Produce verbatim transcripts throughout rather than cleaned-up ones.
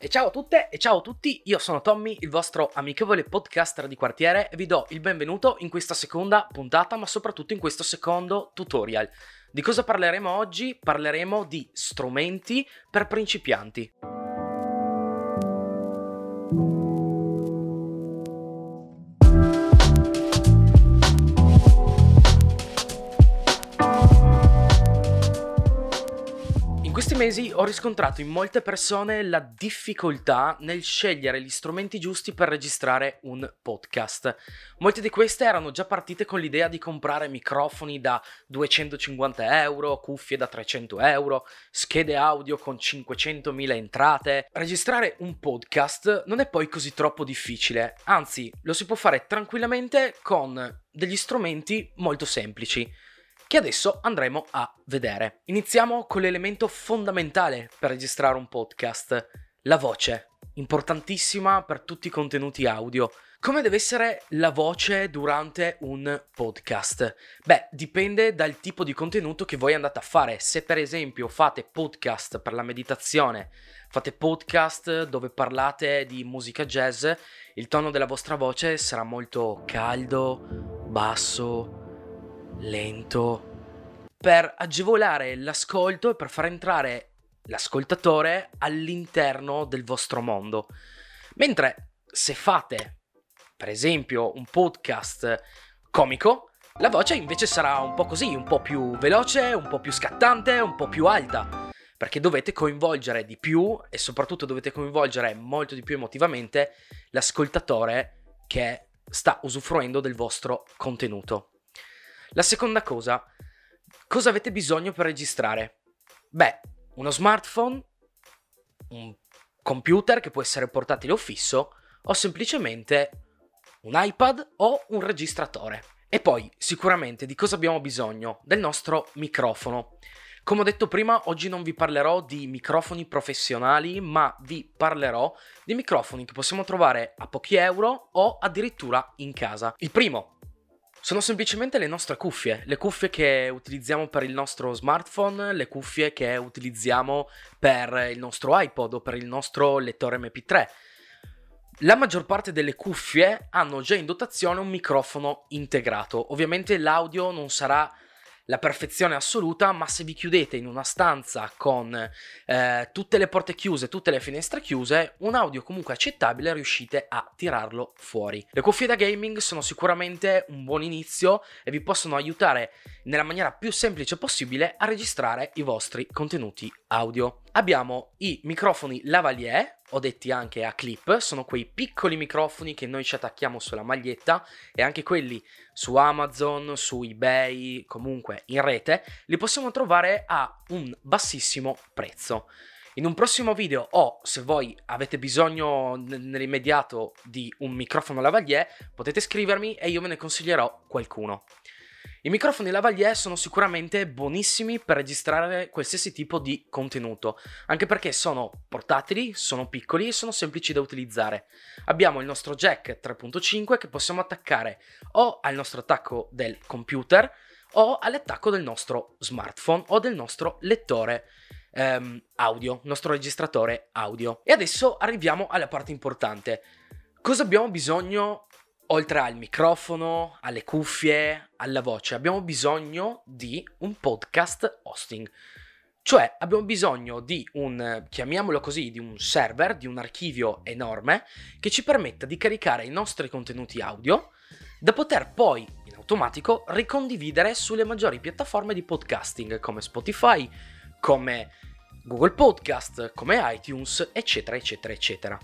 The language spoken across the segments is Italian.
E ciao a tutte e ciao a tutti, io sono Tommy, il vostro amichevole podcaster di quartiere e vi do il benvenuto in questa seconda puntata, ma soprattutto in questo secondo tutorial. Di cosa parleremo oggi? Parleremo di strumenti per principianti. In questi mesi ho riscontrato in molte persone la difficoltà nel scegliere gli strumenti giusti per registrare un podcast. Molte di queste erano già partite con l'idea di comprare microfoni da duecentocinquanta euro, cuffie da trecento euro, schede audio con cinquecentomila entrate. Registrare un podcast non è poi così troppo difficile, anzi lo si può fare tranquillamente con degli strumenti molto semplici, che adesso andremo a vedere. Iniziamo con l'elemento fondamentale per registrare un podcast, la voce, importantissima per tutti i contenuti audio. Come deve essere la voce durante un podcast? Beh, dipende dal tipo di contenuto che voi andate a fare. Se per esempio fate podcast per la meditazione, fate podcast dove parlate di musica jazz, il tono della vostra voce sarà molto caldo, basso, lento, per agevolare l'ascolto e per far entrare l'ascoltatore all'interno del vostro mondo. Mentre se fate, per esempio, un podcast comico, la voce invece sarà un po' così, un po' più veloce, un po' più scattante, un po' più alta, perché dovete coinvolgere di più e soprattutto dovete coinvolgere molto di più emotivamente l'ascoltatore che sta usufruendo del vostro contenuto. La seconda cosa, cosa avete bisogno per registrare? Beh, uno smartphone, un computer che può essere portatile o fisso, o semplicemente un iPad o un registratore. E poi, sicuramente, di cosa abbiamo bisogno? Del nostro microfono. Come ho detto prima, oggi non vi parlerò di microfoni professionali, ma vi parlerò di microfoni che possiamo trovare a pochi euro o addirittura in casa. Il primo sono semplicemente le nostre cuffie, le cuffie che utilizziamo per il nostro smartphone, le cuffie che utilizziamo per il nostro iPod o per il nostro lettore emme pi tre. La maggior parte delle cuffie hanno già in dotazione un microfono integrato. Ovviamente l'audio non sarà la perfezione assoluta, ma se vi chiudete in una stanza con eh, tutte le porte chiuse, tutte le finestre chiuse, un audio comunque accettabile riuscite a tirarlo fuori. Le cuffie da gaming sono sicuramente un buon inizio e vi possono aiutare nella maniera più semplice possibile a registrare i vostri contenuti audio. Abbiamo i microfoni lavalier, o detti anche a clip, sono quei piccoli microfoni che noi ci attacchiamo sulla maglietta e anche quelli su Amazon, su eBay, comunque in rete, li possiamo trovare a un bassissimo prezzo. In un prossimo video o se voi avete bisogno n- nell'immediato di un microfono lavalier, potete scrivermi e io ve ne consiglierò qualcuno. I microfoni lavalier sono sicuramente buonissimi per registrare qualsiasi tipo di contenuto, anche perché sono portatili, sono piccoli e sono semplici da utilizzare. Abbiamo il nostro jack tre punto cinque che possiamo attaccare o al nostro attacco del computer o all'attacco del nostro smartphone o del nostro lettore ehm, audio, nostro registratore audio. E adesso arriviamo alla parte importante. Cosa abbiamo bisogno? Oltre al microfono, alle cuffie, alla voce, abbiamo bisogno di un podcast hosting. Cioè abbiamo bisogno di un, chiamiamolo così, di un server, di un archivio enorme che ci permetta di caricare i nostri contenuti audio da poter poi in automatico ricondividere sulle maggiori piattaforme di podcasting come Spotify, come Google Podcast, come iTunes, eccetera, eccetera, eccetera.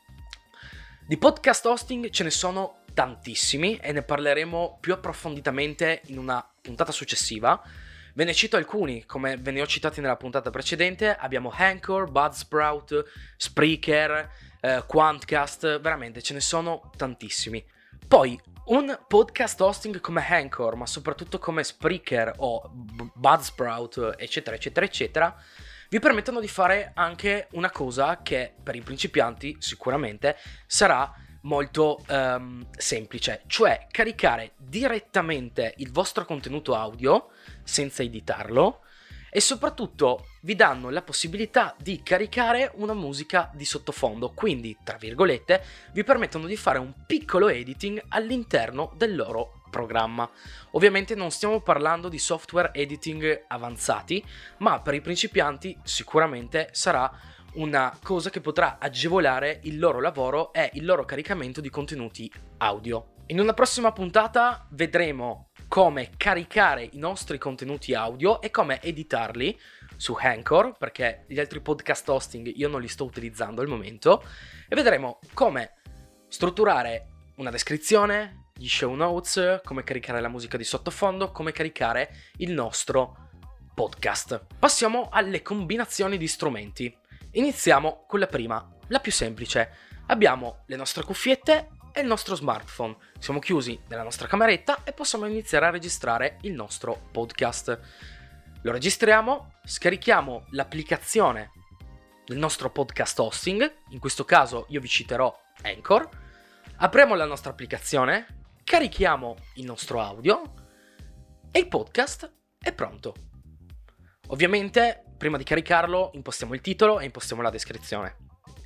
Di podcast hosting ce ne sono tantissimi e ne parleremo più approfonditamente in una puntata successiva. Ve ne cito alcuni, come ve ne ho citati nella puntata precedente. Abbiamo Anchor, Buzzsprout, Spreaker, eh, Quantcast, veramente ce ne sono tantissimi. Poi un podcast hosting come Anchor, ma soprattutto come Spreaker o B- Buzzsprout, eccetera, eccetera, eccetera, vi permettono di fare anche una cosa che per i principianti sicuramente sarà molto um, semplice, cioè caricare direttamente il vostro contenuto audio senza editarlo e soprattutto vi danno la possibilità di caricare una musica di sottofondo, quindi, tra virgolette, vi permettono di fare un piccolo editing all'interno del loro programma. Ovviamente non stiamo parlando di software editing avanzati, ma per i principianti sicuramente sarà una cosa che potrà agevolare il loro lavoro e il loro caricamento di contenuti audio. In una prossima puntata vedremo come caricare i nostri contenuti audio e come editarli su Anchor, perché gli altri podcast hosting io non li sto utilizzando al momento, e vedremo come strutturare una descrizione, gli show notes, come caricare la musica di sottofondo, come caricare il nostro podcast. Passiamo alle combinazioni di strumenti. Iniziamo con la prima, la più semplice. Abbiamo le nostre cuffiette e il nostro smartphone. Siamo chiusi nella nostra cameretta e possiamo iniziare a registrare il nostro podcast. Lo registriamo, scarichiamo l'applicazione del nostro podcast hosting, in questo caso io vi citerò Anchor, apriamo la nostra applicazione, carichiamo il nostro audio e il podcast è pronto. Ovviamente, prima di caricarlo, impostiamo il titolo e impostiamo la descrizione.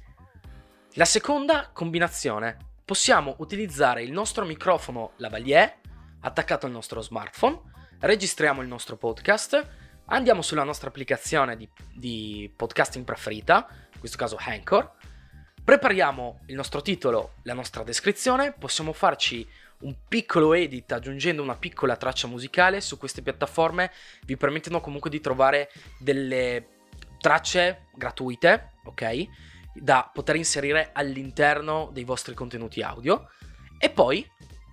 La seconda combinazione. Possiamo utilizzare il nostro microfono lavalier attaccato al nostro smartphone, registriamo il nostro podcast, andiamo sulla nostra applicazione di, di podcasting preferita, in questo caso Anchor, prepariamo il nostro titolo, la nostra descrizione, possiamo farci un piccolo edit aggiungendo una piccola traccia musicale. Su queste piattaforme vi permettono comunque di trovare delle tracce gratuite, ok? Da poter inserire all'interno dei vostri contenuti audio, e poi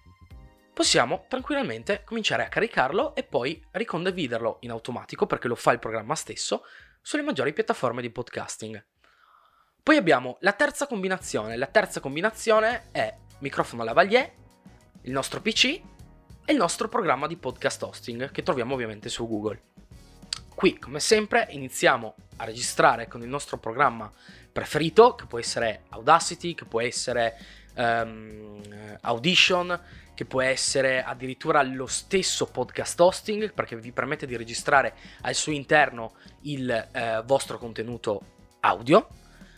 possiamo tranquillamente cominciare a caricarlo e poi ricondividerlo in automatico, perché lo fa il programma stesso, sulle maggiori piattaforme di podcasting. Poi abbiamo la terza combinazione. La terza combinazione è microfono lavalier, il nostro P C e il nostro programma di podcast hosting che troviamo ovviamente su Google. Qui, come sempre, iniziamo a registrare con il nostro programma preferito, che può essere Audacity, che può essere um, Audition, che può essere addirittura lo stesso podcast hosting, perché vi permette di registrare al suo interno il eh, vostro contenuto audio.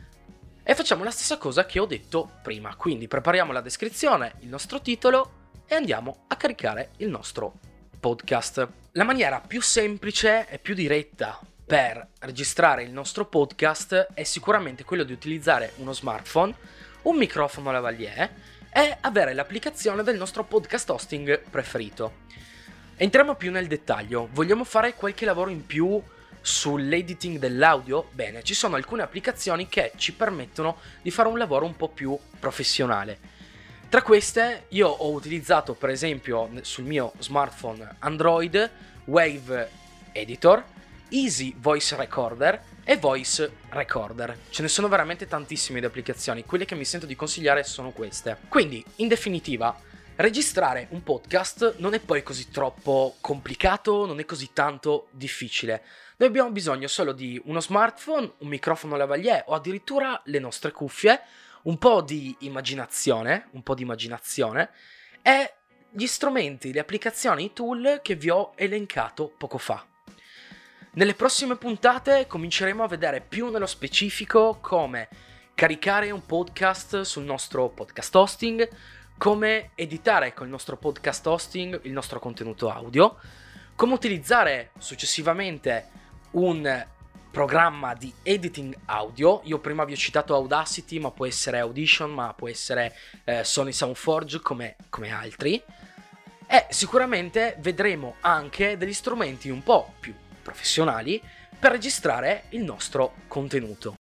E facciamo la stessa cosa che ho detto prima, quindi prepariamo la descrizione, il nostro titolo e andiamo a caricare il nostro podcast. La maniera più semplice e più diretta per registrare il nostro podcast è sicuramente quello di utilizzare uno smartphone, un microfono lavalier e avere l'applicazione del nostro podcast hosting preferito. Entriamo più nel dettaglio. Vogliamo fare qualche lavoro in più sull'editing dell'audio? Bene, ci sono alcune applicazioni che ci permettono di fare un lavoro un po' più professionale. Tra queste io ho utilizzato per esempio sul mio smartphone Android Wave Editor, Easy Voice Recorder e Voice Recorder. Ce ne sono veramente tantissime di applicazioni, quelle che mi sento di consigliare sono queste. Quindi, in definitiva, registrare un podcast non è poi così troppo complicato, non è così tanto difficile. Noi abbiamo bisogno solo di uno smartphone, un microfono lavalier o addirittura le nostre cuffie, un po' di immaginazione, un po' di immaginazione e gli strumenti, le applicazioni, i tool che vi ho elencato poco fa. Nelle prossime puntate cominceremo a vedere più nello specifico come caricare un podcast sul nostro podcast hosting, come editare col nostro podcast hosting il nostro contenuto audio, come utilizzare successivamente un programma di editing audio. Io prima vi ho citato Audacity, ma può essere Audition, ma può essere eh, Sony Soundforge come, come altri, e sicuramente vedremo anche degli strumenti un po' più professionali per registrare il nostro contenuto.